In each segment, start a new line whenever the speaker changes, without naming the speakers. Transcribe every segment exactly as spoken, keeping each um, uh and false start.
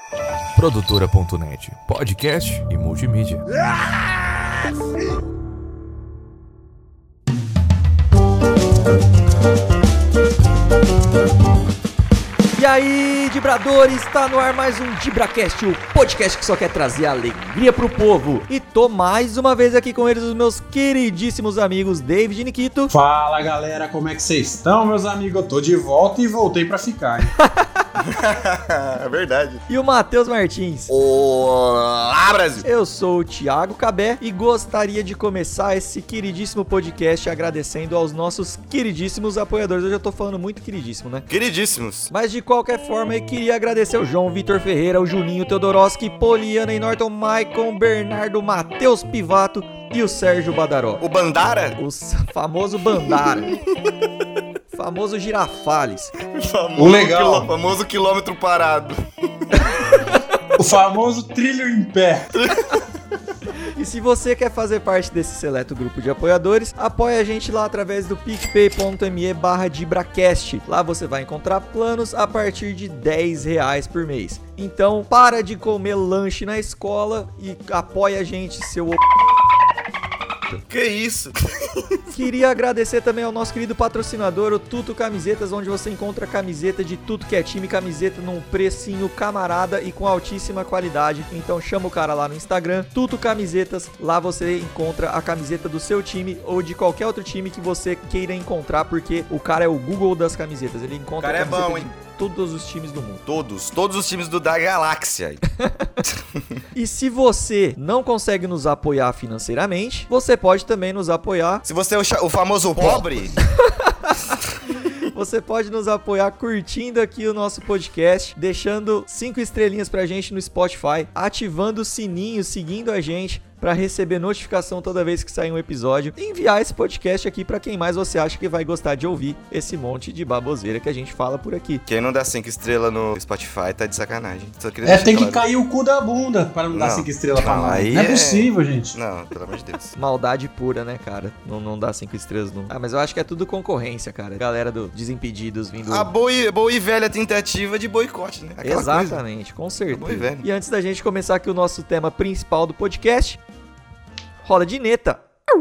Produtora ponto net, podcast e multimídia.
E aí, Dibradores, está no ar mais um DibraCast, o podcast que só quer trazer alegria pro povo. E tô mais uma vez aqui com eles, os meus queridíssimos amigos David e Nikito.
Fala, galera, como é que vocês estão, meus amigos? Eu tô de volta e voltei pra ficar, hein?
É verdade.
E o Matheus Martins.
Olá, Brasil!
Eu sou o Thiago Cabé e gostaria de começar esse queridíssimo podcast agradecendo aos nossos queridíssimos apoiadores. Eu já tô falando muito queridíssimo, né?
Queridíssimos.
Mas de qualquer forma, eu queria agradecer o João Vitor Ferreira, o Juninho Teodoroski, Poliana e Norton, Maicon, Bernardo, Matheus Pivato e o Sérgio Badaró.
O Bandara?
O famoso Bandara. Famoso Girafales.
Famoso
O legal.
Quilô, famoso quilômetro parado.
O famoso trilho em pé.
E se você quer fazer parte desse seleto grupo de apoiadores, apoie a gente lá através do picpay.me barra Dibracast. Lá você vai encontrar planos a partir de dez reais por mês. Então, para de comer lanche na escola e apoie a gente, seu...
Que isso?
Queria agradecer também ao nosso querido patrocinador, o Tuto Camisetas, onde você encontra camiseta de tudo que é time, camiseta num precinho camarada e com altíssima qualidade. Então chama o cara lá no Instagram, Tuto Camisetas, lá você encontra a camiseta do seu time ou de qualquer outro time que você queira encontrar, porque o cara é o Google das camisetas, ele encontra
O cara
a
é
camiseta
bom, hein?
de todos os times do mundo.
Todos, todos os times do da galáxia.
E se você não consegue nos apoiar financeiramente, você pode também nos apoiar.
Se você é o, cha- o famoso pobre,
Você pode nos apoiar curtindo aqui o nosso podcast, deixando cinco estrelinhas pra gente no Spotify, ativando o sininho, seguindo a gente pra receber notificação toda vez que sair um episódio e enviar esse podcast aqui pra quem mais você acha que vai gostar de ouvir esse monte de baboseira que a gente fala por aqui.
quem não dá cinco estrelas no Spotify tá de sacanagem. Só queria
É,
deixar
tem que
claro.
cair o cu da bunda para não dar
Não.
cinco estrelas pra
Não,
nós.
aí
Não é
é-
possível, gente.
Não, pelo amor de Deus.
Maldade pura, né, cara? Não, não dá cinco estrelas, não. Ah, mas eu acho que é tudo concorrência, cara. Galera do Desimpedidos vindo...
A boa e, boa e velha tentativa de boicote, né? Aquela
Exatamente, com certeza.
Boa e velha.
E antes da gente começar aqui o nosso tema principal do podcast, roda de neta.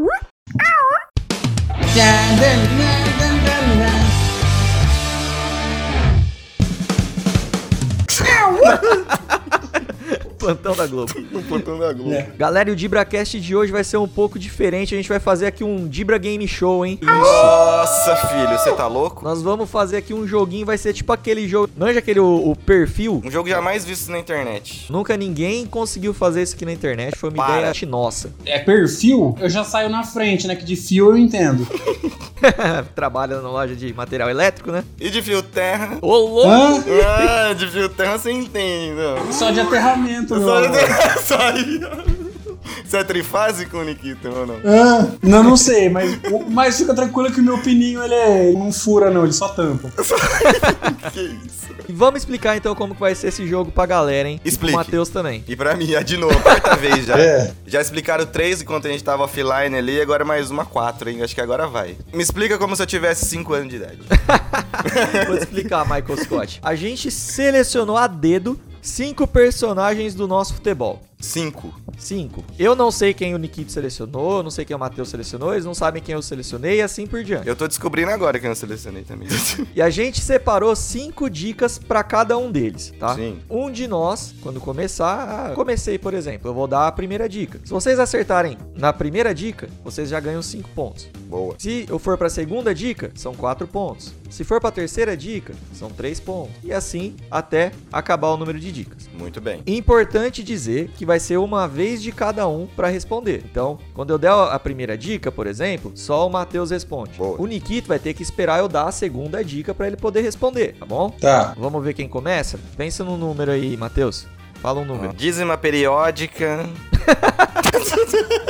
Plantão da Globo.
coisa. O plantão da Globo.
É.
Galera, e o DibraCast de hoje vai ser um pouco diferente. A gente vai fazer aqui um Dibra Game Show, hein?
Nossa, filho, você tá louco?
Nós vamos fazer aqui um joguinho, vai ser tipo aquele jogo... Manja aquele o, o perfil?
Um jogo jamais visto na internet.
Nunca ninguém conseguiu fazer isso aqui na internet. Foi uma
Para.
ideia nossa.
É perfil? Eu já saio na frente, né? Que de fio eu entendo.
Trabalha na loja de material elétrico, né?
E de fio terra?
Ô, louco!
Hã?
Ah, de fio terra você entende, não.
Só de aterramento, meu
Só,
amor.
só aí, ó. Você é trifásico, Nikita, ou não?
Hã? Não, não sei, mas, o- mas fica tranquilo que o meu pininho, ele, é, ele não fura, não. Ele só tampa.
Que isso?
E vamos explicar então como que vai ser esse jogo pra galera, hein?
Explique.
E pro Matheus também.
E pra mim, é de novo, quarta vez já.
É.
Já explicaram três enquanto a gente tava offline ali, agora mais uma quatro, hein? Acho que agora vai. Me explica como se eu tivesse cinco anos de idade.
Vou te explicar, Michael Scott. A gente selecionou a dedo cinco personagens do nosso futebol.
Cinco.
Cinco. Eu não sei quem o Nikito selecionou, não sei quem o Matheus selecionou, eles não sabem quem eu selecionei e assim por diante.
Eu tô descobrindo agora quem eu selecionei também.
E a gente separou cinco dicas pra cada um deles, tá?
Sim.
Um de nós, quando começar, ah, comecei, por exemplo, eu vou dar a primeira dica. Se vocês acertarem na primeira dica, vocês já ganham cinco pontos.
Boa.
Se eu for pra segunda dica, são quatro pontos. Se for pra terceira dica, são três pontos. E assim até acabar o número de dicas.
Muito bem.
Importante dizer que vai ser uma vez de cada um pra responder. Então, quando eu der a primeira dica, por exemplo, só o Matheus responde.
Boa.
O Nikito vai ter que esperar eu dar a segunda dica pra ele poder responder, tá bom?
Tá.
Vamos ver quem começa? Pensa no número aí, Matheus. Fala um número.
Dízima periódica.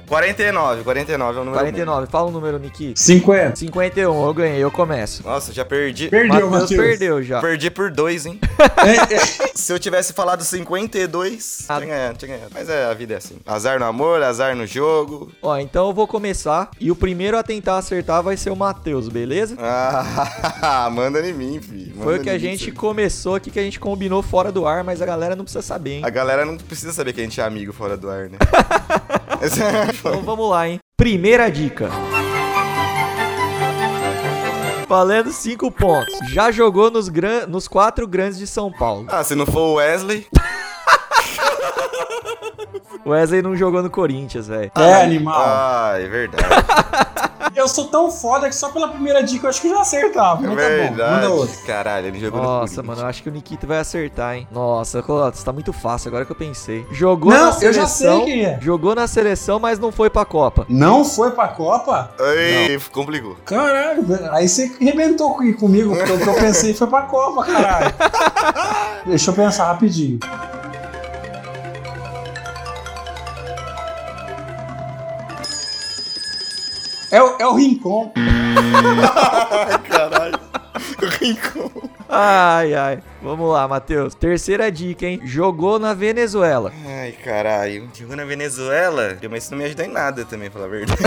quarenta e nove, quarenta e nove é o número.
quarenta e nove, fala o número, Nikito.
cinquenta.
cinquenta e um, eu ganhei, eu começo.
Nossa, já perdi.
Perdeu,
Matheus
Matheus.
perdeu já.
Perdi por dois, hein?
É, é.
Se eu tivesse falado cinquenta e dois,
Ah.
tinha ganhado, tinha ganhado. Mas é, a vida é assim. Azar no amor, azar no jogo.
Ó, então eu vou começar e o primeiro a tentar acertar vai ser o Matheus, beleza?
Ah, manda em mim, filho. Manda
Foi o que
em
a
mim,
gente
filho.
começou aqui, que a gente combinou fora do ar, mas a galera não precisa saber, hein?
A galera não precisa saber que a gente é amigo fora do ar, né?
Então vamos lá, hein? Primeira dica. Valendo cinco pontos. Já jogou nos, gran... nos quatro grandes de São Paulo.
Ah, se não for o Wesley...
O Wesley não jogou no Corinthians, velho.
É, animal.
Ah, é verdade.
Eu sou tão foda que só pela primeira dica eu acho que já acertava.
É
Mas tá bom, manda
verdade.
outro.
Caralho, ele jogou no
Nossa,
Corinthians.
mano, eu acho que o Nikito vai acertar, hein? Nossa, Colotas, tá muito fácil agora que eu pensei. Jogou
Não,
na seleção.
eu já sei quem é.
Jogou na seleção, mas não foi pra Copa.
Não foi pra Copa?
Ei, complicou.
Caralho, aí você arrebentou com- comigo, porque o que eu pensei foi pra Copa, caralho. Deixa eu pensar rapidinho. É o, é o Rincon.
Caralho. Rincon.
Ai, ai. Vamos lá, Matheus. Terceira dica, hein? Jogou na Venezuela.
Ai, caralho. Jogou na Venezuela? Mas isso não me ajuda em nada também, pra falar a verdade.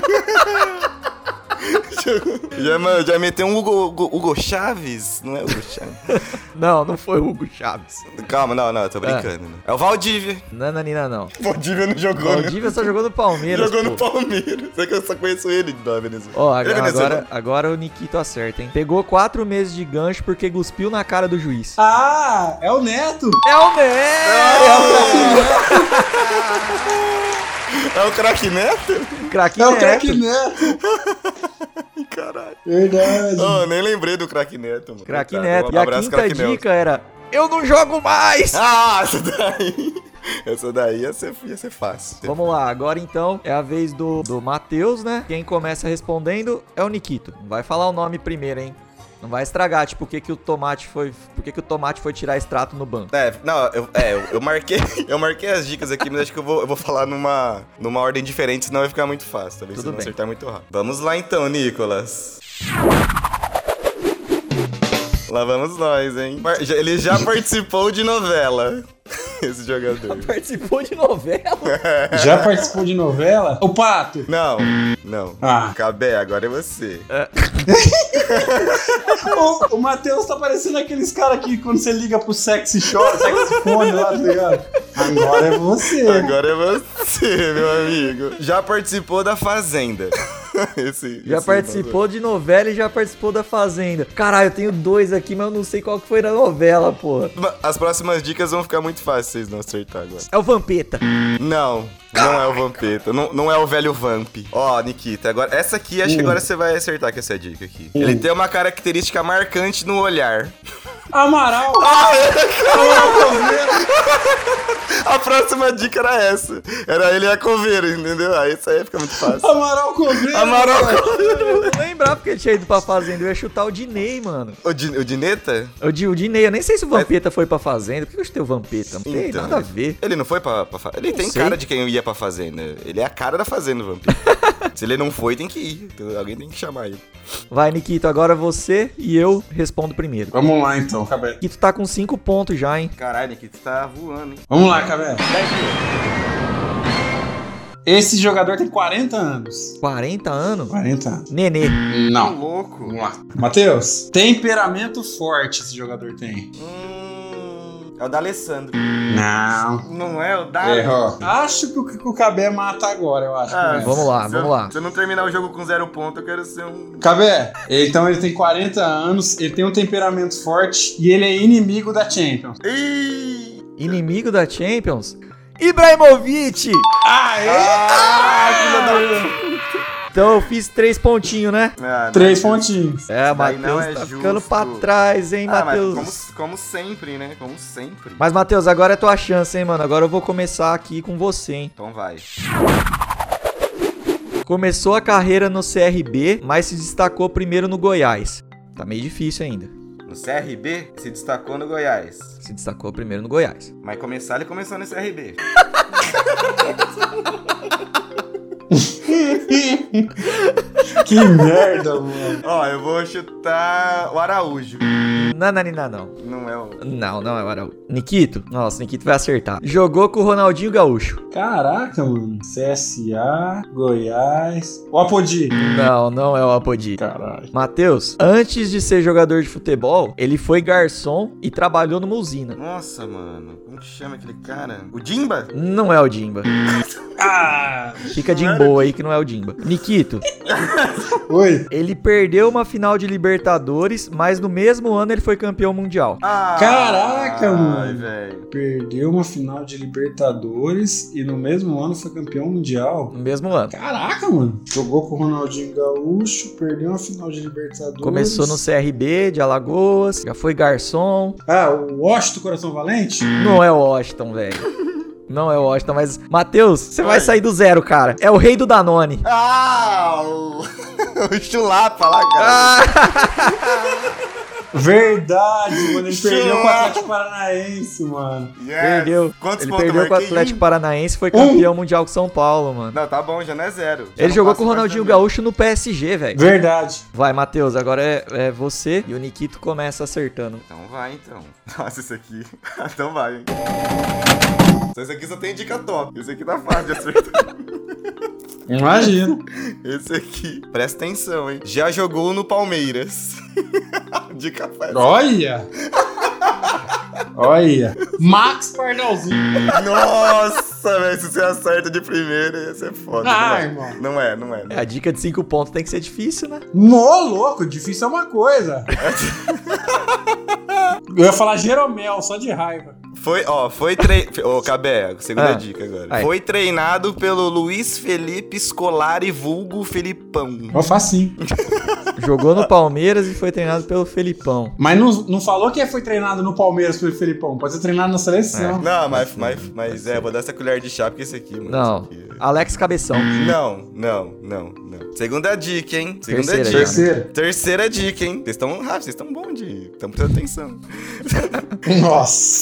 já, mano, já meteu um Hugo, Hugo, Hugo Chaves? Não é Hugo Chaves?
Não, não foi o Hugo Chaves.
Calma, não, não, eu tô brincando. né? É o Valdívia.
Nananina, não.
Valdívia não jogou, né?
Valdívia só jogou no Palmeiras,
Jogou no
pô.
Palmeiras. Só que eu só conheço ele da Venezuela.
Ó,
Ele é
agora,
venezuelano?
agora, agora o Nikito acerta, hein? Pegou quatro meses de gancho porque cuspiu na cara do juiz.
Ah, é o Neto.
É o Neto!
É o craque Neto?
Craque
É o
Neto.
craque Neto.
Caralho.
Verdade.
Oh, nem lembrei do craque Neto, mano.
Craque
Tá,
Neto.
um
E a
abraço,
quinta
craque Neto.
dica era: eu não jogo mais!
Ah, essa daí. Essa daí ia ser, ia ser fácil.
Vamos lá, agora então é a vez do, do Matheus, né? Quem começa respondendo é o Nikito. Não vai falar o nome primeiro, hein? Não vai estragar, tipo, por que, que o tomate foi. Por que, que o tomate foi tirar extrato no banco?
É, não, eu, é, eu, eu marquei, eu marquei as dicas aqui, mas acho que eu vou, eu vou falar numa, numa ordem diferente, senão vai ficar muito fácil. Talvez
Tudo
você não
bem.
acertar muito rápido. Vamos lá então, Nicolas. Lá vamos nós, hein? Par- já- Ele já participou de novela, esse jogador.
Participou de novela?
Já participou de novela? O Pato.
Não, não.
Ah.
Cabé, agora é você.
O, o Matheus tá parecendo aqueles caras que quando você liga pro sexy shop, sexy phone lá, tá ligado? Agora é você.
Agora é você, meu amigo. Já participou da Fazenda. Esse,
Já
esse
participou de novela e já participou da Fazenda. Caralho, eu tenho dois aqui, mas eu não sei qual que foi na novela, porra.
As próximas dicas vão ficar muito fáceis vocês não acertar agora.
É o Vampeta.
Não, não é o Vampeta. Não, não é o velho Vamp. Ó, Nikita, agora, essa aqui, acho que agora você vai acertar com essa dica aqui. Ele tem uma característica marcante no olhar.
Amaral. Amaral Coveiro.
A próxima dica era essa. Era ele e a coveira, entendeu? Aí isso aí fica muito fácil.
Amaral Coveiro.
Amaral
Eu não lembrava porque ele tinha ido pra Fazenda. Eu ia chutar o Dinei, mano.
O, Di, o Dineta?
O, Di, o Dinei, eu nem sei se o Vampeta foi pra Fazenda. Por que eu chutei o Vampeta? Não tem
Então,
nada a
ele-
ver.
Ele não foi pra, pra fa- Ele
Não
tem
sei.
cara de quem ia pra fazenda. Ele é a cara da fazenda, o vampiro. Se ele não foi, tem que ir. Então, alguém tem que chamar ele.
Vai, Nikito, agora você e eu respondo primeiro.
Vamos lá então, Cabé.
Nikito tá com cinco pontos já, hein?
Caralho, Nikita, você tá voando, hein?
Vamos lá, Cabé. Esse jogador tem quarenta anos.
quarenta anos?
quarenta anos.
Nenê.
Não.
louco.
Vamos lá. Matheus, temperamento forte esse jogador tem.
Hum, é o da Alessandro.
Não.
Não é o da...
Errou. Acho que o, que o Cabé mata agora, eu acho.
Ah,
que
vamos lá,
se
vamos
eu,
lá.
Se eu não terminar o jogo com zero ponto, eu quero ser um...
Cabé, então ele tem quarenta anos, ele tem um temperamento forte e ele é inimigo da Champions.
Ih!
Inimigo da Champions? Ibrahimovic!
Aê!
Ah, filha da...
Então eu fiz três pontinhos, né?
Ah,
Três
não,
pontinhos.
É,
Isso daí não
Matheus
é
tá
justo.
ficando pra trás, hein,
Ah, mas
Matheus?
como, como sempre, né? Como sempre.
Mas, Matheus, agora é tua chance, hein, mano? Agora eu vou começar aqui com você, hein?
Então vai.
Começou a carreira no C R B, mas se destacou primeiro no Goiás. Tá meio difícil ainda.
No C R B, se destacou no Goiás.
Se destacou primeiro no Goiás.
Mas começar, ele começou no C R B.
Que merda, mano.
Ó, eu vou chutar o Araújo.
Não, não, não, não.
Não é o...
Não, não é o Araújo. Nikito? Nossa, Nikito vai acertar. Jogou com o Ronaldinho Gaúcho.
Caraca, mano. C S A, Goiás. O Apodi.
Não, não é o Apodi.
Caralho.
Matheus, antes de ser jogador de futebol, ele foi garçom e trabalhou numa usina.
Nossa, mano. Como que chama aquele cara? O Dimba?
Não é o Dimba.
Ah!
Fica de boa aí que não é o Dimba. Nikito,
Oi.
ele perdeu uma final de Libertadores, mas no mesmo ano ele foi campeão mundial.
Ah,
Caraca,
ai,
mano.
velho.
Perdeu uma final de Libertadores e no mesmo ano foi campeão mundial.
No mesmo ano.
Caraca, mano. Jogou com o Ronaldinho Gaúcho, perdeu uma final de Libertadores.
Começou no C R B de Alagoas, já foi garçom.
Ah, o Washington Coração Valente?
Não é o Washington, velho. Não é o Washington, mas... Matheus, você vai
Oi.
sair do zero, cara. É o rei do Danone.
Ah, o... o Chulapa lá, cara.
Ah!
Verdade, mano. Ele
Chulapa.
perdeu com o Atlético Paranaense, mano.
Yes.
Perdeu.
Quantos
Ele
pontos
perdeu
eu
com o
marquei?
Atlético
Um.
Paranaense e foi campeão mundial com São Paulo, mano.
Não, tá bom, já não é zero. Já
Ele
não
jogou
passa
com o
mais
Ronaldinho
pra mim.
Gaúcho no P S G, velho.
Verdade.
Vai, Matheus, agora é, é você e o Nikito começa acertando.
Então vai, então. Nossa, esse aqui... então vai, hein. Esse aqui só tem dica top. Esse aqui tá fácil de acertar.
Imagina.
Esse aqui, presta atenção, hein. Já jogou no Palmeiras. Dica fácil.
Olha. Olha. Max Pardalzinho.
Nossa, velho, se você acerta de primeira, ia ser foda.
Ah,
não, é.
irmão.
não é, não é. Não
É, a dica de cinco pontos tem que ser difícil, né?
Mó louco, difícil é uma coisa. Eu ia falar Jeromel, só de raiva.
Foi, ó, foi treinado... Ô, Cabé, segunda
Ah.
dica agora.
Vai.
Foi treinado pelo Luiz Felipe Scolari, vulgo Felipão.
Ó, facinho.
Jogou no Palmeiras e foi treinado pelo Felipão.
Mas não, não falou que foi treinado no Palmeiras pelo Felipão. Pode ser treinado na seleção.
Não, mas, mas, mas é, vou dar essa colher de chá porque esse aqui, mano.
Não,
esse aqui-
Alex Cabeção.
Não, não, não, não. Segunda dica, hein? Segunda
Terceira
dica.
já,
Terceira.
Terceira dica, hein? Vocês estão rápidos, vocês estão bons de... Estão prestando atenção.
Nossa.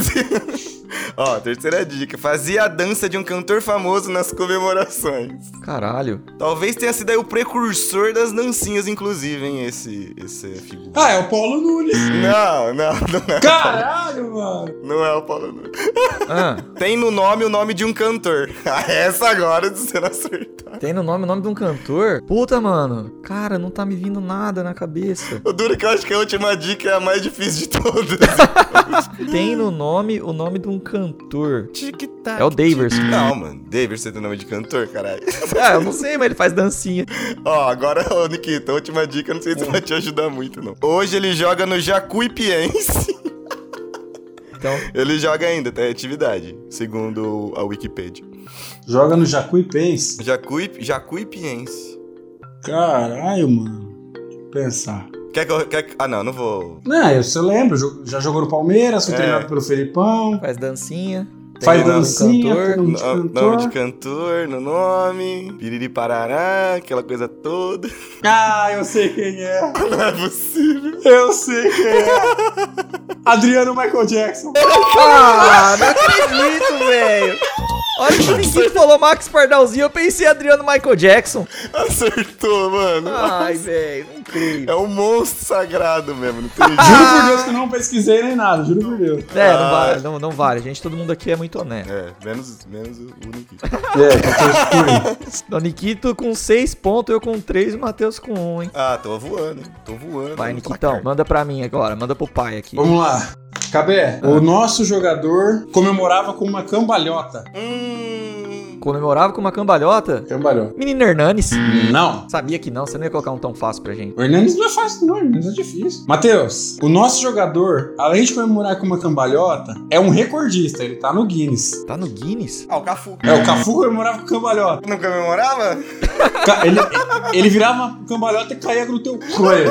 Ó, terceira dica. Fazia a dança de um cantor famoso nas comemorações.
Caralho.
Talvez tenha sido aí o precursor das dancinhas, inclusive, hein? Esse, esse figura.
Ah, é o Paulo Nunes.
Não, não, não é.
Caralho, mano.
Não é o Paulo Nunes.
Ah,
Tem no nome o nome de um cantor. Essa agora de você não acertar.
tem no nome o nome de um cantor? Puta, mano. Cara, não tá me vindo nada na cabeça.
O duro é que eu acho que a última dica é a mais difícil de todas.
Tem no nome o nome de um cantor.
Tic-tac.
É o Daverson.
Não, mano. Daverson tem nome de cantor, caralho.
Ah, eu não sei, mas ele faz dancinha.
Ó, agora, ô Nikita, a última dica, eu não sei se vai te ajudar muito, não. Hoje ele joga no Jacuipiense.
Então,
Ele joga ainda, tá em atividade, segundo a Wikipedia.
Joga no Jacuipense.
Jacuí, Jacuipiense.
Caralho, mano. Deixa eu pensar.
Quer que eu... Quer que... Ah, não, não vou...
Não, eu você lembra. jo- Já jogou no Palmeiras, foi
É.
treinado pelo Felipão.
faz dancinha. Tem
Faz
nome de um
dancinha,
cantor.
tem nome de
No-
cantor.
Nome de cantor no nome, piriri parará, aquela coisa toda.
Ah, eu sei quem é.
Não é possível.
Eu sei quem é. Adriano Michael Jackson.
Ah, não acredito, velho. Olha que o Nikito falou Max Pardalzinho, eu pensei Adriano Michael Jackson.
Acertou, mano.
Ai, velho, não creio.
É um monstro sagrado mesmo, não tem jeito.
Juro por Deus que eu não pesquisei nem nada, juro por Deus.
É, não
Ah.
vale, não, não vale. Gente, todo mundo aqui é muito honesto.
É, menos, menos o o Nikita.
É, quatorze por aí.
O Nikito com seis pontos, eu com três e o Matheus com um, hein?
Ah, tô voando, hein? Tô voando.
Vai,
no
Nikitão,
placar.
manda pra mim agora, manda pro pai aqui.
Vamos lá. Cabé, o nosso jogador comemorava com uma cambalhota.
Hum...
Comemorava com uma cambalhota?
Cambalhota.
Menino Hernanes.
Não.
Sabia que não, você não ia colocar um tão fácil pra gente.
O Hernandes não é fácil, não. O Hernandes é difícil. Matheus, o nosso jogador, além de comemorar com uma cambalhota, é um recordista. Ele tá no Guinness.
Tá no Guinness?
Ah, o Cafu.
É, o Cafu comemorava com cambalhota.
Não comemorava?
Ca- Ele, ele virava uma cambalhota e caía no teu coelho.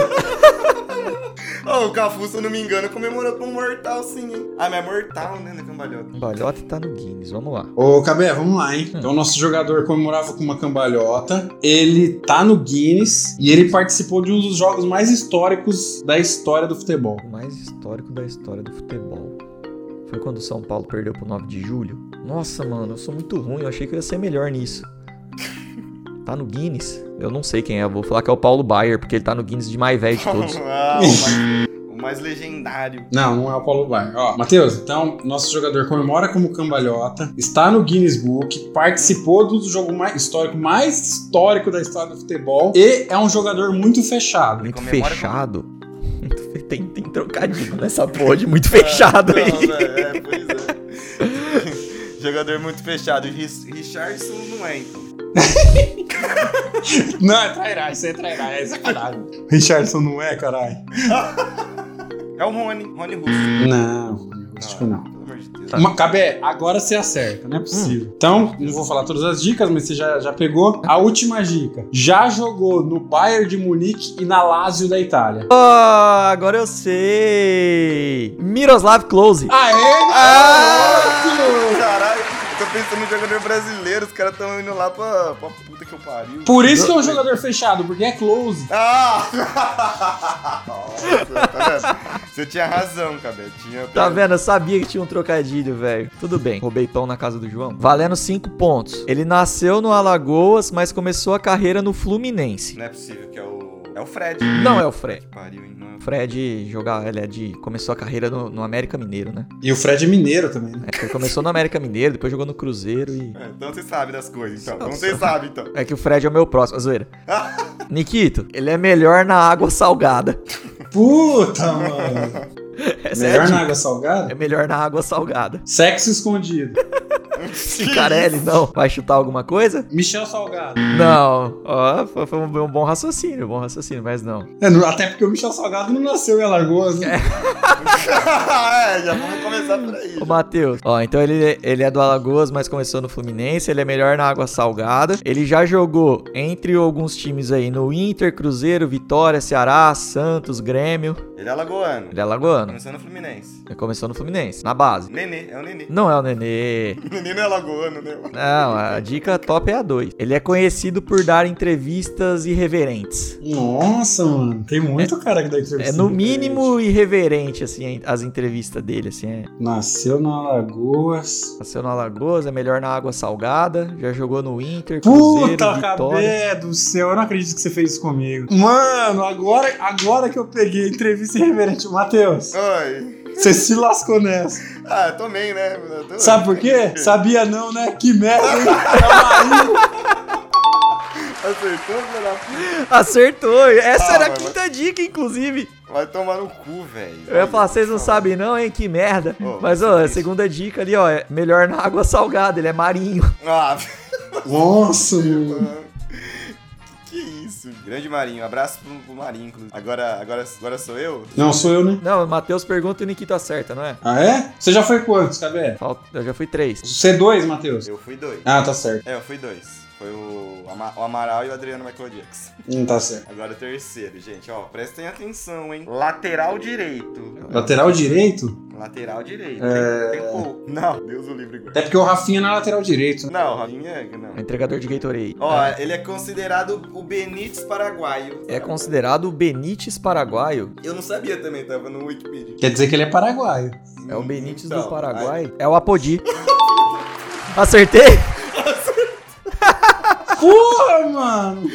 Oh, o Cafu, se eu não me engano, comemorou com um mortal, sim, hein? Ah, mas é mortal, né, na cambalhota.
Cambalhota tá no Guinness, vamos lá.
Ô, Cabé, vamos lá, hein? Então, o nosso jogador comemorava com uma cambalhota. Ele tá no Guinness e ele participou de um dos jogos mais históricos da história do futebol.
O mais histórico da história do futebol. Foi quando o São Paulo perdeu pro nove de julho? Nossa, mano, eu sou muito ruim, eu achei que eu ia ser melhor nisso. Tá no Guinness? Eu não sei quem é, eu vou falar que é o Paulo Baier, porque ele tá no Guinness de mais velho de todos.
Ah, o, mais, o mais legendário.
Não, não é o Paulo Baier. Ó, Matheus, então, nosso jogador comemora como cambalhota, está no Guinness Book, participou do jogo mais mais, histórico, mais histórico da história do futebol e é um jogador muito fechado.
Muito fechado? Como... tem, tem trocadilho nessa porra de muito fechado aí.
Não, é, pois é. Jogador muito fechado. Richardson não é, então.
Não, é trairá, isso é trairá, é sacanagem. Richardson não é, caralho.
É o Rony, Rony Russo.
Não, acho que não.
Pelo amor de Deus.
Uma, Cabé, agora você acerta, não é possível. Hum. Então, não vou falar todas as dicas, mas você já, já pegou. A última dica. Já jogou no Bayern de Munique e na Lazio da Itália.
Oh, agora eu sei. Miroslav Klose.
Aê,
ah, caralho. Tô pensando em jogador brasileiro, os caras tão indo lá pra, pra puta que eu pariu.
Por isso que é um jogador fechado, porque é close.
Ah! Nossa, tá vendo? Você tinha razão, cara. Tinha...
Tá vendo? Eu sabia que tinha um trocadilho, velho. Tudo bem. Roubei pão na casa do João. Valendo cinco pontos. Ele nasceu no Alagoas, mas começou a carreira no Fluminense.
Não é possível que é o... É o Fred.
Não é o Fred.
Que pariu, hein? Não é o
Fred jogar, ele é de... Começou a carreira no, no América Mineiro, né?
E o Fred é mineiro também, né?
É, ele começou no América Mineiro, depois jogou no Cruzeiro e...
É, então você sabe das coisas, então.
Não,
Então você sabe, então.
É que o Fred é o meu próximo, a zoeira. Nikito, ele é melhor na água salgada.
Puta, mano.
Essa
melhor
é
na água salgada?
É melhor na água salgada.
Sexo escondido.
Cicarelli, não. Vai chutar alguma coisa?
Michel Salgado.
Não. Ó, foi, foi um bom raciocínio, bom raciocínio, mas não.
É, até porque o Michel Salgado não nasceu em Alagoas, né?
É, já vamos começar por aí.
Ô, Matheus. Ó, então ele, ele é do Alagoas, mas começou no Fluminense. Ele é melhor na água salgada. Ele já jogou entre alguns times aí no Inter, Cruzeiro, Vitória, Ceará, Santos, Grêmio.
Ele é alagoano.
Ele é alagoano.
Começou no Fluminense.
Ele começou no Fluminense, na base.
Nenê, é o Nenê.
Não é o Nenê.
Nenê não é alagoano, né?
Não, a dica top é a dois. Ele é conhecido por dar entrevistas irreverentes.
Nossa, mano. Tem muito é, cara que dá entrevista.
É no mínimo irreverente, assim, as entrevistas dele, assim. É.
Nasceu na Alagoas.
Nasceu na Alagoas, é melhor na água salgada. Já jogou no Inter, Cruzeiro,
Puta,
Vitória.
Cabé do céu, eu não acredito que você fez isso comigo. Mano, agora, agora que eu peguei a entrevista irreverente. Matheus.
Oi.
Você se lascou nessa.
Ah, eu também, né? Eu tô...
Sabe por quê? Sabia não, né? Que merda, hein?
Acertou, filho?
Acertou. Essa
ah,
era a
mas...
quinta dica, inclusive.
Vai tomar no cu, velho.
Eu ia falar, vocês não sabem não, hein? Que merda.
Oh,
mas, ó, a segunda dica ali, ó, é melhor na água salgada. Ele é marinho.
Ah,
nossa, mano.
Que isso? Grande Marinho. Abraço pro, pro Marinho, inclusive. Agora, agora, agora sou eu?
Não, sou eu, né?
Não, o Matheus pergunta e o Nikito acerta, não é?
Ah, é? Você já foi quantos, Cabé?
Eu já fui três.
C dois, Matheus?
Eu fui dois.
Ah, tá certo.
É, eu fui dois. Foi o, Ama- o Amaral e o Adriano Michael Jackson.
Não tá certo.
Agora o terceiro, gente, ó. Prestem atenção, hein? Lateral direito.
Lateral direito?
Lateral direito.
É...
Tem, tem pouco. Não, Deus o livre.
Até porque o Rafinha não é lateral direito.
Não, o Rafinha é... Não.
É entregador de Gatorade.
Ó, é. Ele é considerado o Benítez paraguaio.
É considerado o Benítez paraguaio?
Eu não sabia também, tava no Wikipedia.
Quer dizer que ele é paraguaio.
É o Benítez
então,
do Paraguai?
aí...
É o Apodi. Acertei?
Porra, mano!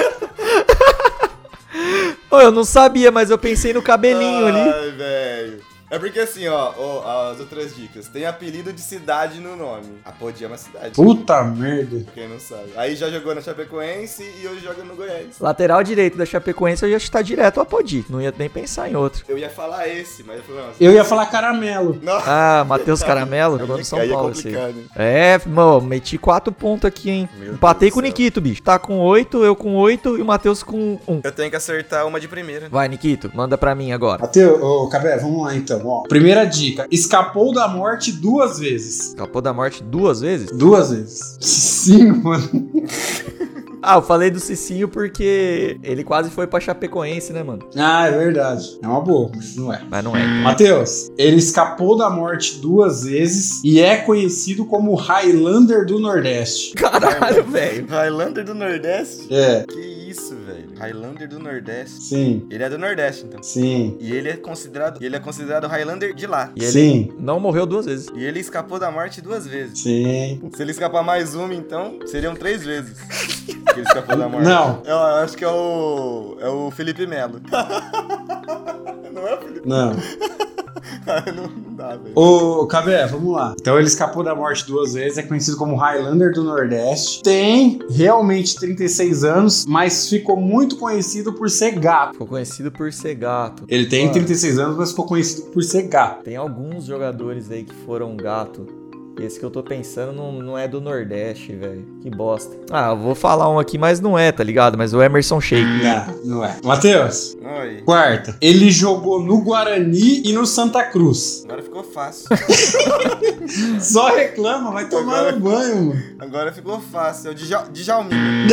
Ô, eu não sabia, mas eu pensei no cabelinho
Ai,
ali.
Ai, velho. É porque assim, ó, ó, as outras dicas. Tem apelido de cidade no nome. Apodi é uma cidade.
Puta merda.
Quem não sabe. Aí já jogou na Chapecoense e hoje joga no Goiás.
Lateral direito da Chapecoense, eu ia chutar direto o Apodi. Não ia nem pensar em outro.
Eu ia falar esse, mas eu falei, não.
Eu ia falar caramelo.
Não.
Ah, Matheus Caramelo, jogou no São
Aí é
Paulo esse aí.
complicado.
É, mano, meti quatro pontos aqui, hein.
Meu
Empatei
Deus
com o
do céu.
Nikito, bicho. Tá com oito, eu com oito e o Matheus com um.
Eu tenho que acertar uma de primeira.
Vai, Nikito, manda pra mim agora.
Matheus, ô, Cabé, vamos lá então, ó. Primeira dica. Escapou da morte duas vezes.
Escapou da morte duas vezes?
Duas vezes. Sim, mano.
Ah, eu falei do Cicinho porque ele quase foi pra Chapecoense, né, mano?
Ah, é verdade. É uma boa, mas não é.
Mas não é.
Matheus, ele escapou da morte duas vezes e é conhecido como Highlander do Nordeste.
Caralho, velho.
Highlander do Nordeste?
É.
Que isso, velho. Highlander do Nordeste.
Sim.
Ele é do Nordeste, então.
Sim.
E ele é considerado, ele é considerado Highlander de lá.
E ele
Sim.
não morreu duas vezes.
E ele escapou da morte duas vezes.
Sim.
Se ele escapar mais uma, então, seriam três vezes que ele escapou da morte.
Não.
Eu acho que é o... é o Felipe Melo. Não é o Felipe
Não.
Não, não dá, velho.
Ô, Cabé, vamos lá. Então ele escapou da morte duas vezes, é conhecido como Highlander do Nordeste. Tem realmente trinta e seis anos, mas ficou muito conhecido por ser gato.
Ficou conhecido por ser gato.
Ele tem
Mano,
trinta e seis anos, mas ficou conhecido por ser gato.
Tem alguns jogadores aí que foram gato. Esse que eu tô pensando não, não é do Nordeste, velho. Que bosta. Ah, eu vou falar um aqui, mas não é, tá ligado? Mas o Emerson Sheik.
Não, não é. Matheus,
Oi.
quarta. Ele jogou no Guarani e no Santa Cruz.
Agora ficou fácil.
Só reclama, vai tomar
Agora-
no banho, mano.
Agora ficou fácil. É o Djal- Djalminha.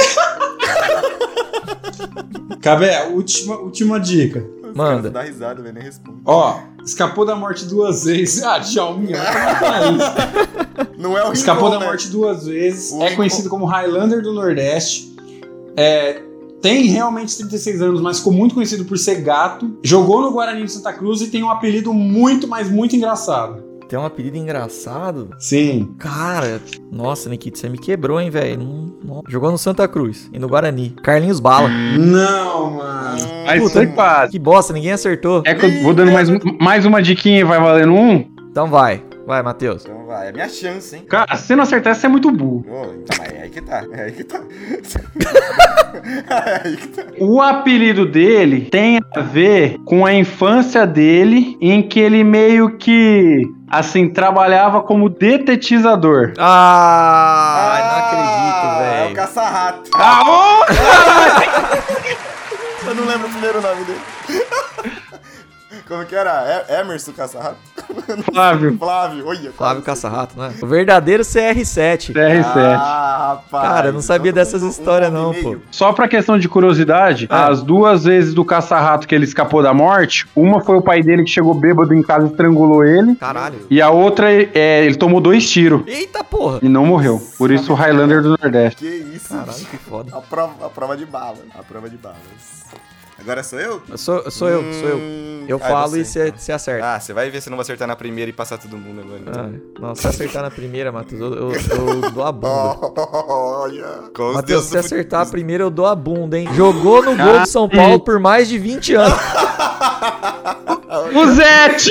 Cabé, última, última dica.
Manda.
Dá risada, velho. Nem responde.
Ó, escapou da morte duas vezes. Ah, Djalminha, vai tomar isso.
Não é o Rincon,
Escapou da
né?
morte duas vezes.
O
É
Rincon-
conhecido como Highlander do Nordeste. É, tem realmente trinta e seis anos, mas ficou muito conhecido por ser gato. Jogou no Guarani de Santa Cruz e tem um apelido muito, mas muito engraçado.
Tem um apelido engraçado.
Sim.
Cara, nossa, Nikita, você me quebrou, hein, velho. Não- não- Jogou no Santa Cruz e no Guarani. Carlinhos Bala.
Não, mano.
Mas
Puta,
foi quase.
Que bosta, ninguém acertou.
É que eu vou dando mais, um- mais uma diquinha e vai valendo um.
Então vai. Vai, Matheus.
Então vai. É minha chance, hein?
Cara, se você não acertar, você é muito burro.
Ô, então, mas é aí que tá. É aí que tá. É aí que tá.
O apelido dele tem a ver com a infância dele, em que ele meio que, assim, trabalhava como detetizador.
Ah, não
É o
acredito, velho.
Caça-Rato.
Aô!
Eu não lembro o primeiro nome dele. Como que era? É- Emerson Caça-Rato?
Flávio,
Flávio. Olha.
Flávio Caça-Rato, né? O verdadeiro C R sete.
C R sete.
Ah, rapaz.
Cara, eu não sabia
Então,
dessas
um- um
histórias
nome
não,
e
pô.
meio.
Só pra questão de curiosidade,
Ah.
as duas vezes do caça-rato que ele escapou da morte, uma foi o pai dele que chegou bêbado em casa e estrangulou ele,
Caralho.
e a outra, é, ele tomou dois tiros
Eita porra.
e não morreu. Por isso o Highlander do Nordeste.
Que isso?
Caralho, que foda.
A prova, a prova de bala. A prova de balas. Agora sou eu?
Eu Sou, sou eu, sou eu.
Hum,
Eu
ah,
falo
você,
e você
então.
você acerta.
Ah, você vai ver se eu não vou acertar na primeira e passar todo mundo agora. Então.
Ah, não, se você acertar na primeira, Matheus, eu, eu, eu dou a bunda.
Olha. Com os
Matheus,
dedos
se você
do fute-
acertar a primeira, eu dou a bunda, hein? Jogou no gol de São Paulo por mais de vinte anos.
O Zete!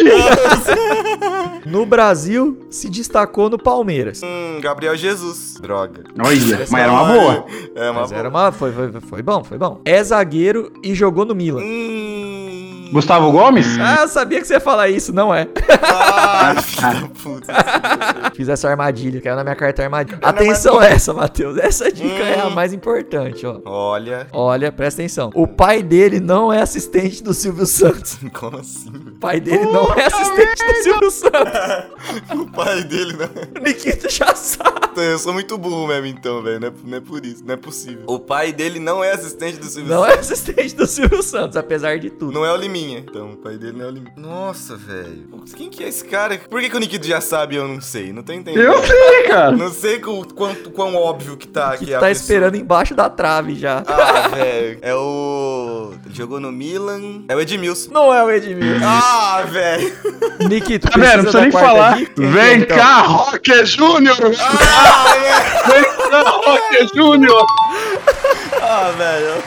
No Brasil, se destacou no Palmeiras.
Hum, Gabriel Jesus. Droga.
Olha, mas era uma boa.
É uma
Mas
boa.
era uma. Foi, foi, foi bom, foi bom. É zagueiro e jogou no Milan.
Hum.
Gustavo Gomes?
Ah, eu sabia que você ia falar isso, não é?
Ai, filho da puta.
Fiz essa armadilha, caiu na minha carta armadilha. Atenção essa, Matheus. Essa dica é a mais importante, ó.
Olha.
Olha, presta atenção. O pai dele não é assistente do Silvio Santos.
Como assim?
O pai dele não é assistente do Silvio Santos.
O pai dele, não.
O Nikita já sabe.
Eu sou muito burro mesmo, então, velho. Não é, não é por isso. Não é possível. O pai dele não é assistente do Silvio
Não
Santos.
é assistente do Silvio Santos, apesar de tudo.
Não é o Liminha. Então, o pai dele não é o Liminha. Nossa, velho. Quem que é esse cara? Por que, que o Nikito já sabe e eu não sei? Não tô entendendo.
Eu sei, cara.
Não sei o quanto, quão óbvio que tá aqui
Que
a
tá
pessoa.
esperando embaixo da trave já.
Ah, velho. É o... Ele jogou no Milan. É o Edmilson.
Não é o Edmilson.
Ah, velho.
Nikito,
Tá vendo? Não precisa nem falar.
Quem que é,
Vem
então?
cá, Roque Júnior!
Ah, velho.
Vem cá, Roque Júnior!
Ah, velho.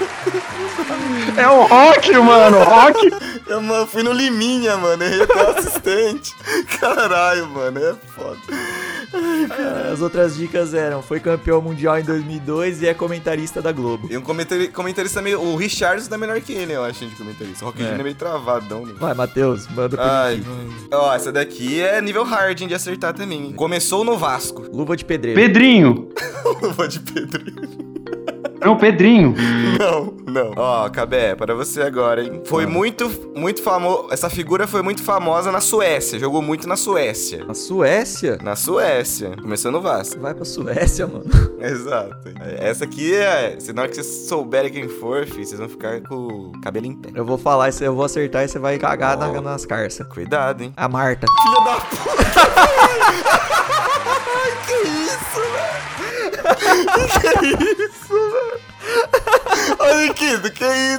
É o Rock, mano. Rock.
Eu, mano, fui no Liminha, mano. Errei até o assistente. Caralho, mano. É foda.
Ah, As outras dicas eram: foi campeão mundial em dois mil e dois e é comentarista da Globo.
E um comentari- comentarista meio... O Richardson é melhor que ele, eu acho, de comentarista. O Rock
É.
Júnior é meio travadão, né?
Vai, Matheus, manda pro
Ai,
Nikito.
mano. Ó, essa daqui é nível hard, hein, de acertar também. Hein? Começou no Vasco.
Luva de pedreiro.
Pedrinho.
Luva de Pedro.
Não, Pedrinho.
Não, não. Ó, Cabé, para você agora, hein? Foi muito, muito famoso. Essa figura foi muito famosa na Suécia. Jogou muito na Suécia.
Na Suécia?
Na Suécia. Começou no Vasco.
Vai pra Suécia, mano.
Exato. Essa aqui é. Se na hora que vocês souberem quem for, filho, vocês vão ficar com o cabelo em pé.
Eu vou falar, isso, eu vou acertar e você vai cagar
Ó.
na- nas carças.
Cuidado, hein?
A Marta.
Filha da puta! Ai, que isso, velho? Que isso, velho? Olha, Nikito, que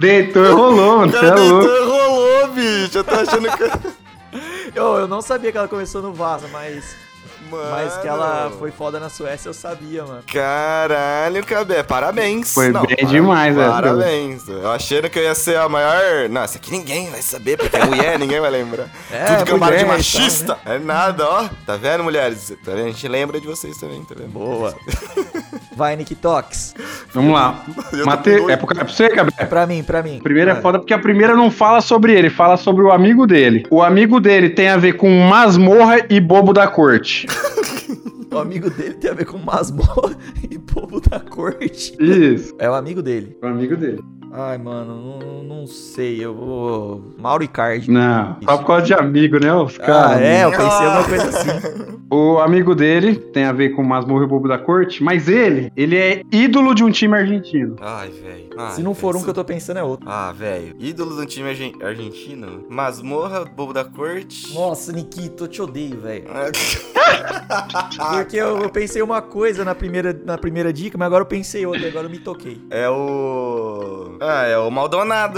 Deitou e rolou, mano.
O
Você é
cara
louco.
deitou e rolou, bicho. Eu tô achando que...
Eu, eu não sabia que ela começou no Vasa, mas,
Mano.
mas que ela foi foda na Suécia, eu sabia, mano.
Caralho, Cabé, parabéns.
Foi
Não,
bem
para-
demais, velho.
Parabéns. Eu achando que eu ia ser a maior... Não, isso aqui ninguém vai saber, porque é mulher, ninguém vai lembrar.
É,
Tudo cambada de
mulher,
machista. É nada, ó. Tá vendo, mulheres? Tá vendo? A gente lembra de vocês também, tá vendo?
Boa. Vai, Nick Tox.
Vamos lá.
Eu tô
Mate...
doido.
É pro- é pra você, Cabé?
Pra mim, pra mim.
A primeira é
Vai.
foda porque a primeira não fala sobre ele, fala sobre o amigo dele. O amigo dele tem a ver com masmorra e bobo da corte.
O amigo dele tem a ver com masmorra e bobo da corte.
Isso.
É o amigo dele.
O amigo dele.
Ai, mano, não, não sei. Eu vou. Mauro Icardi.
Não, só por causa de amigo, né? Os
Ah,
caras.
é, eu pensei alguma coisa assim.
O amigo dele tem a ver com masmorra e bobo da corte, mas ele, ele é ídolo de um time argentino.
Ai, velho. Ai,
Se não for um
isso-
que eu tô pensando, é outro.
Ah, velho. Ídolo do time argen- argentino. Masmorra, bobo da corte.
Nossa, Nikito, eu te odeio, velho. Porque eu, eu pensei uma coisa na primeira, na primeira dica, mas agora eu pensei outra, agora eu me toquei.
É o... Ah, é o Maldonado.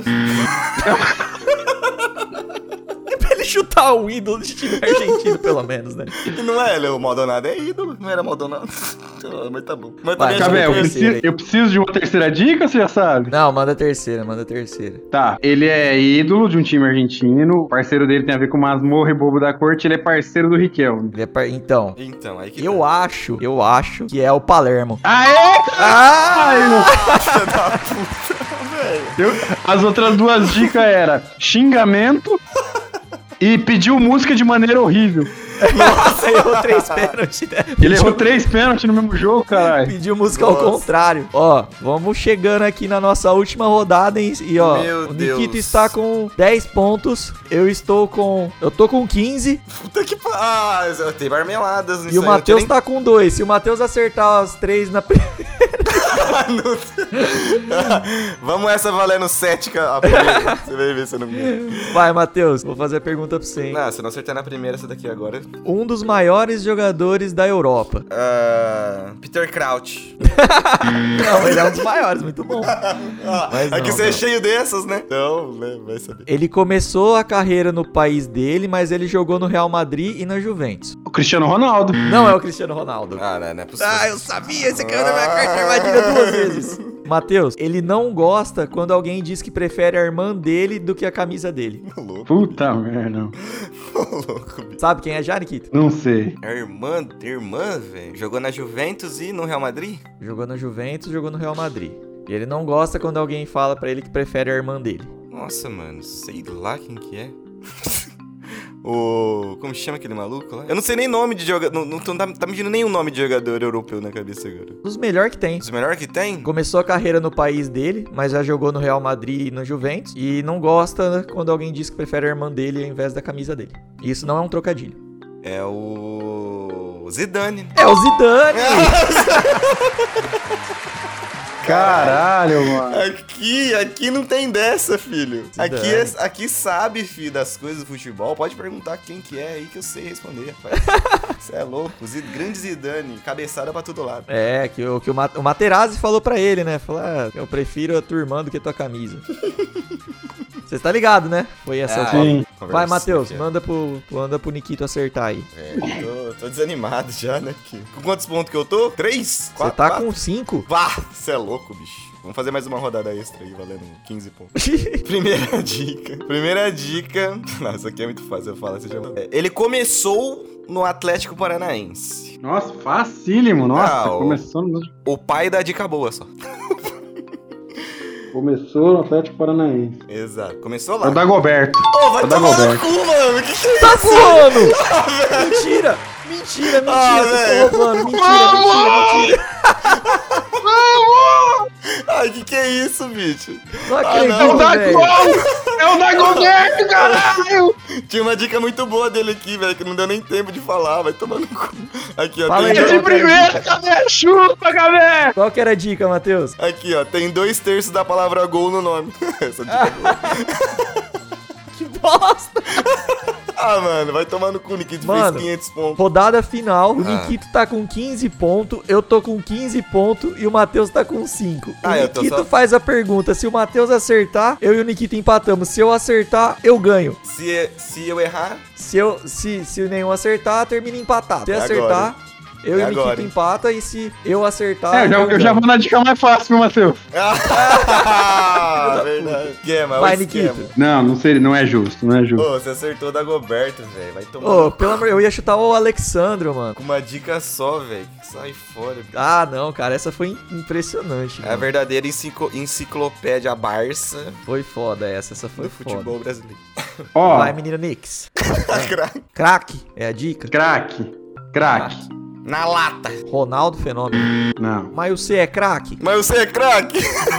É pra ele chutar o ídolo de time argentino, pelo menos, né?
E não é, ele, o Maldonado é ídolo. Não era Maldonado. Mas tá bom. Mas
Vai,
também
Cabé,
Cabé, eu
terceira
preciso,
aí.
eu preciso de uma terceira dica, você já sabe?
Não, manda a terceira, manda a terceira.
Tá, ele é ídolo de um time argentino, o parceiro dele tem a ver com masmorra e bobo da corte, ele é parceiro do Riquelme.
Ele é par- Então,
Então, aí que
eu
tá.
acho, eu acho que é o Palermo.
Aê!
Ah!
Eu- as outras duas dicas eram xingamento e pediu música de maneira horrível.
Nossa, errou três pênaltis, né?
Ele errou três pênaltis no mesmo jogo, caralho.
Pediu música ao
Nossa.
contrário. Ó, vamos chegando aqui na nossa última rodada, hein? E ó,
Meu
o Nikito
Deus.
está com dez pontos. Eu estou com. Eu tô com quinze.
Puta que pa... Ah, eu tenho marmeladas nisso
E o
aí, eu
Matheus
tinha
tá com dois. Se o Matheus acertar as três na primeira.
nem- Vamos essa valendo sete, ca- a primeira. Você vai ver se eu não me...
Vai, Matheus. Vou fazer a pergunta pra você, hein?
Não, se eu não acertar na primeira, essa daqui agora...
Um dos maiores jogadores da Europa.
Ah, Peter Crouch.
Não, ele é um dos maiores, muito bom.
Ah,
Mas
aqui
não,
você é
não.
cheio dessas, né? Então, né, vai saber.
Ele começou a carreira no país dele, mas ele jogou no Real Madrid e na Juventus.
O Cristiano Ronaldo.
Não é o Cristiano Ronaldo.
Ah, não, não é possível.
Ah, eu sabia, esse caiu na minha carta de armadilha duas vezes. Matheus, ele não gosta quando alguém diz que prefere a irmã dele do que a camisa dele.
Ô, louco,
Puta merda.
ô, louco, bicho.
Sabe quem é já, Nikito?
Não sei.
É irmã, irmã, velho. Jogou na Juventus e no Real Madrid?
Jogou na Juventus, jogou no Real Madrid. E ele não gosta quando alguém fala pra ele que prefere a irmã dele.
Nossa, mano, sei lá quem que é. O... Como chama aquele maluco lá? Eu não sei nem nome de jogador. Não, não tô- tá, tá me vindo nenhum nome de jogador europeu na cabeça agora.
Um dos melhores que tem.
Os melhores que tem?
Começou a carreira no país dele, mas já jogou no Real Madrid e no Juventus. E não gosta quando alguém diz que prefere a irmã dele ao invés da camisa dele. E isso não é um trocadilho.
É o... Zidane.
É o Zidane!
Caralho, mano.
Aqui, aqui não tem dessa, filho.
Zidane.
Aqui, é, aqui sabe, filho, das coisas do futebol. Pode perguntar quem que é aí que eu sei responder, rapaz. Você é louco. Zid, grande Zidane, cabeçada pra todo lado.
É, que, o, que o, Ma- o Materazzi falou pra ele, né? Falou, ah, eu prefiro a tua irmã do que a tua camisa. Você tá ligado, né? Foi essa.
Ah,
Sim.
Vai,
conversa
Matheus,
aqui, ó.
manda pro, manda pro Nikito acertar aí.
É, tô, tô desanimado já, né? aqui. Com quantos pontos que eu tô? Três?
Você tá com cinco?
Vá! Você é louco, bicho. Vamos fazer mais uma rodada extra aí, valendo quinze pontos. Primeira dica. Primeira dica. Não, isso aqui é muito fácil, eu falo, você já... É, ele começou no Atlético Paranaense.
Nossa, facílimo. Nossa,
Ah, o-
começou, no...
O pai da dica boa só.
começou no Atlético Paranaense.
Exato. Começou
É
lá.
o Dagoberto.
Ô, vai
é o
tomar no
Dagoberto.
cu, mano. Que que é
Tá
isso?
voando! Mentira! Mentira, mentira,
Ah,
vocês
velho.
estão roubando. Mentira, mentira, mentira.
Ai, que que é isso, bicho?
Não
Ah,
acredito,
não.
É o
velho.
Dagoberto! É o Dagoberto, caralho!
Tinha uma dica muito boa dele aqui, velho, que não deu nem tempo de falar. Vai tomar no cu. Aqui, ó.
Fala
tem-
aí,
É de primeira, Cabé! Chupa, Cabé!
Qual que era a dica, Matheus?
Aqui, ó. Tem dois terços da palavra gol no nome. Essa dica é boa.
Que bosta!
Ah, mano, vai tomar no cu, o Nikito
Mano,
fez quinhentos pontos.
Rodada final, o
Ah.
Nikito tá com quinze pontos, eu tô com quinze pontos e o Matheus tá com cinco. O
Ah, eu tô
Nikito
só-
faz a pergunta, se o Matheus acertar, eu e o Nikito empatamos. Se eu acertar, eu ganho.
Se, se eu errar,
Se, eu, se, se nenhum acertar, termina empatado. Se
É
acertar, eu
É
e o Nikito
agora, hein?
empata e se eu acertar,
É, eu já, eu já
ganho.
vou na dica mais fácil, viu, Matheus?
Ah, verdade. Esquema,
Vai,
o esquema.
Nikito.
Não, não, seria, não é justo, não é justo.
Ô, você acertou da Goberto, velho. Vai tomar
Ô,
no
pelo amor, eu ia chutar o Alexandro, mano.
com uma dica só, velho. Sai fora. bicho.
Ah, não, cara, essa foi impressionante.
É a
mano.
verdadeira enciclo- enciclopédia Barça
Foi foda essa, essa foi
do
foda.
futebol brasileiro.
Ó,
Vai, menina Nix.
Craque.
Craque, é a dica.
craque, craque.
Na lata.
Ronaldo Fenômeno.
Não.
Mas você é craque?
Mas você é craque.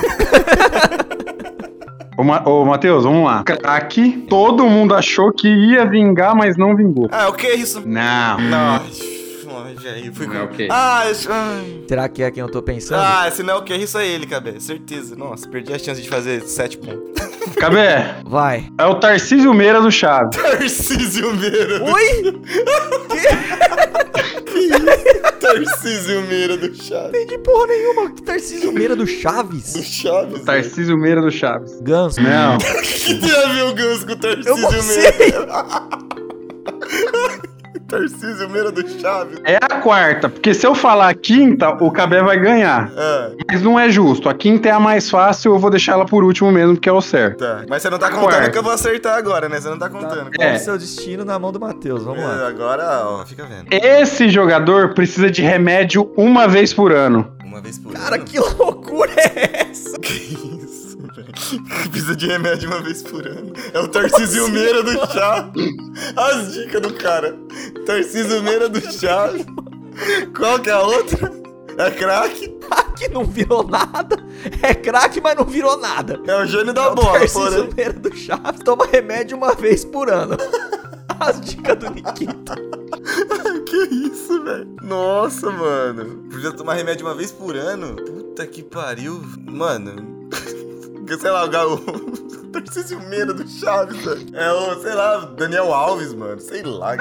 Ô, Ma- ô Matheus, vamos lá. Craque, todo mundo achou que ia vingar, mas não vingou.
Ah, o que é isso?
Não.
Nossa, velho. Fui
Não é o quê?
Ah, isso- ai.
Será que é quem eu tô pensando?
Ah, se não é o que é isso é ele, cabeça. Certeza. Nossa, perdi a chance de fazer sete pontos.
Cabé,
Vai.
é o Tarcísio Meira do Chaves.
Tarcísio Meira. do-
Oi?
Tarcísio Meira do Chaves.
Entendi porra nenhuma. Que Tarcísio Meira do Chaves?
Do Chaves. velho.
Tarcísio Meira do Chaves.
Ganso.
Não.
O que tem a ver o Ganso com o Tarcísio
Eu não
Meira?
sei.
Tarcísio Meira do Chaves.
É a quarta, porque se eu falar a quinta, o Cabé vai ganhar.
Ah,
Mas não é justo. A quinta é a mais fácil, eu vou deixar ela por último mesmo, porque é o certo.
tá. Mas você não tá
A
contando
quarta.
que eu vou acertar agora, né? Você não tá contando.
Põe
É.
seu destino na mão do Matheus. Vamos lá.
É, Agora, ó, fica vendo.
Esse jogador precisa de remédio uma vez por ano.
Uma vez por
Cara,
ano.
que loucura é essa?
Que isso, velho? Precisa de remédio uma vez por ano. É o Tarcísio Meira do Chaves. As dicas do cara. Tarcísio Meira do Chaves. Qual que é a outra? É craque.
Que não virou nada. É craque, mas não virou nada.
É o gênio
É
da
o
bola,
Tarcísio
porém.
Meira do Chaves. Toma remédio uma vez por ano. As dicas do Nikito.
Que isso, velho? Nossa, mano. Podia tomar remédio uma vez por ano? Puta que pariu. Mano. Sei lá, o Gal... Tarcísio Meira do Chaves, velho. É o, sei lá, Daniel Alves, mano. Sei lá.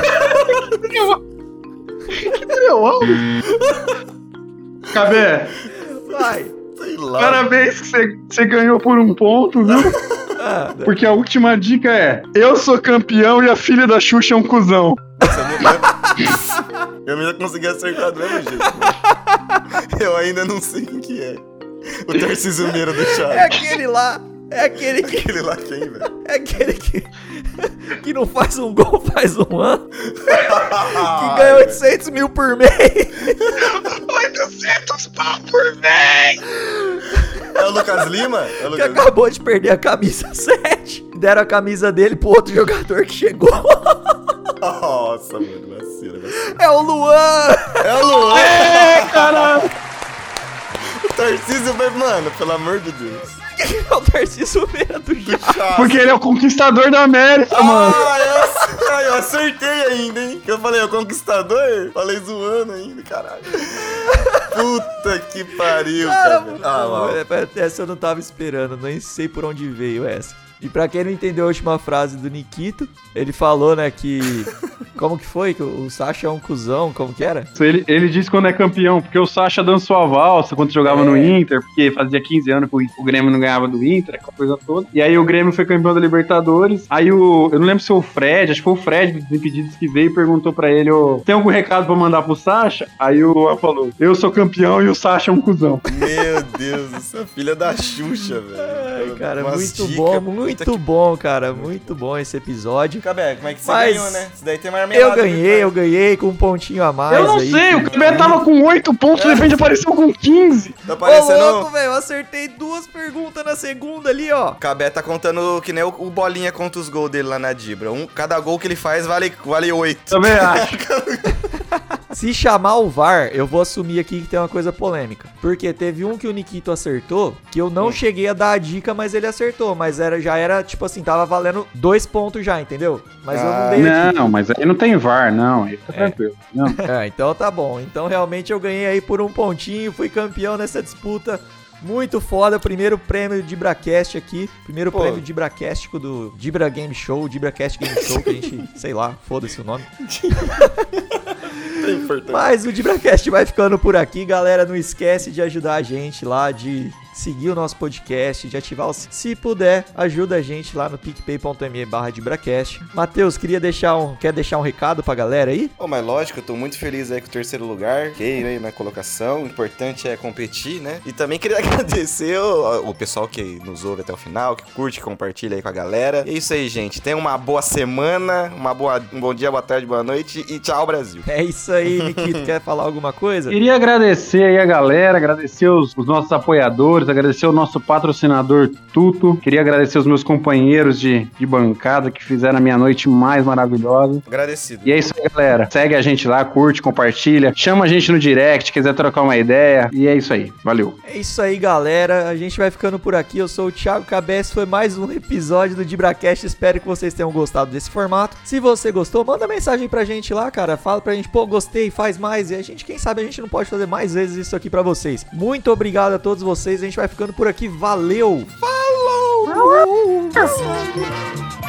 Meu Alves. Cabé,
Vai.
Sei lá.
parabéns que você- você ganhou por um ponto, viu?
Ah,
Porque a última dica é: eu sou campeão e a filha da Xuxa é um cuzão.
Nossa, eu, não... eu não ia conseguir acertar do mesmo jeito. Né? Eu ainda não sei quem que é. O Tarcísio Meira do
é
Chaves.
aquele lá. É aquele que.
Aquele lá quem, velho?
É aquele que. Que não faz um gol, faz um ano. Que ganha oitocentos mil por mês.
oitocentos pau por mês!
É o Lucas Lima? É o
Que
Lucas...
acabou de perder a camisa sete. Deram a camisa dele pro outro jogador que chegou.
Nossa, mano, vacila, vacila.
É o Luan.
É o Luan!
É, caralho!
O Tarcísio, vai- mano, pelo amor de Deus.
É o Tarcísio Meira do
Do
Chaves.
Chaves.
Porque ele é o conquistador da América, mano.
Ah, eu, ac- ah, eu acertei ainda, hein? Que eu falei, é o conquistador? Falei zoando ainda, caralho. Puta que pariu, cara. Ah, mal.
É, essa eu não tava esperando, nem sei por onde veio essa. E pra quem não entendeu a última frase do Nikito, ele falou, né, que... Como que foi? Que o Sacha é um cuzão, como que era?
Ele, ele disse quando é campeão, porque o Sacha dançou a valsa quando jogava
É.
no Inter, porque fazia quinze anos que o, o Grêmio não ganhava do Inter, aquela coisa toda. E aí o Grêmio foi campeão da Libertadores. Aí o. Eu não lembro se foi o Fred, acho que foi o Fred dos Impedidos que veio e perguntou pra ele: ô, tem algum recado pra mandar pro Sacha? Aí o Luan falou: eu sou campeão e o Sacha é um cuzão.
Meu Deus, essa filha da Xuxa, velho.
Ai, cara,
Umas
muito
dicas,
bom,
puta
muito
que-
bom, cara, muito bom esse episódio.
Cabé, como é que você
Mas
ganhou, né? Isso daí tem marmelada.
Eu ganhei, eu ganhei com um pontinho a mais
eu não
aí.
sei, o Cabé tava com oito pontos, de repente apareceu com quinze.
Tá
Ô,
parecendo...
louco, velho, eu acertei duas perguntas na segunda ali, ó.
Cabé tá contando que nem o, o Bolinha conta os gols dele lá na Dibra. Um, cada gol que ele faz vale, vale oito.
Também acho.
Se chamar o V A R, eu vou assumir aqui que tem uma coisa polêmica. Porque teve um que o Nikito acertou, que eu não cheguei a dar a dica, mas ele acertou. Mas era, já era, tipo assim, tava valendo dois pontos já, entendeu? Mas eu não
Ah,
dei a dica.
Não, mas aí não tem V A R, não. Aí tá tranquilo. Não.
É, então tá bom. Então realmente eu ganhei aí por um pontinho, fui campeão nessa disputa Muito foda, primeiro prêmio Dibracast aqui, primeiro
Pô.
prêmio Dibracástico do Dibra Game Show, Dibracast Game Show, que a gente, sei lá, foda-se o nome.
É importante.
Mas o Dibracast vai ficando por aqui, galera, não esquece de ajudar a gente lá, de seguir o nosso podcast, de ativar o... Se puder, ajuda a gente lá no picpay.me barra Dibracast. Matheus, queria deixar um... Quer deixar um recado pra galera aí?
Pô, mas lógico, eu tô muito feliz aí com o terceiro lugar, fiquei aí na colocação, o importante é competir, né? E também queria agradecer o, o pessoal que nos ouve até o final, que curte, compartilha aí com a galera. E é isso aí, gente, tenha uma boa semana, uma boa, um bom dia, boa tarde, boa noite e tchau, Brasil.
É isso aí, Nikito, quer falar alguma coisa?
Queria agradecer aí a galera, agradecer os, os nossos apoiadores, agradecer o nosso patrocinador Tuto. Queria agradecer os meus companheiros de, de bancada que fizeram a minha noite mais maravilhosa.
Agradecido.
E é isso aí, galera. Segue a gente lá, curte, compartilha, chama a gente no direct, quiser trocar uma ideia. E é isso aí. Valeu.
É isso aí, galera. A gente vai ficando por aqui. Eu sou o Thiago Cabes. Foi mais um episódio do Dibracast. Espero que vocês tenham gostado desse formato. Se você gostou, manda mensagem pra gente lá, cara. Fala pra gente, pô, gostei, faz mais. E a gente, quem sabe, a gente não pode fazer mais vezes isso aqui pra vocês. Muito obrigado a todos vocês. A gente vai ficando por aqui. Valeu! Falou!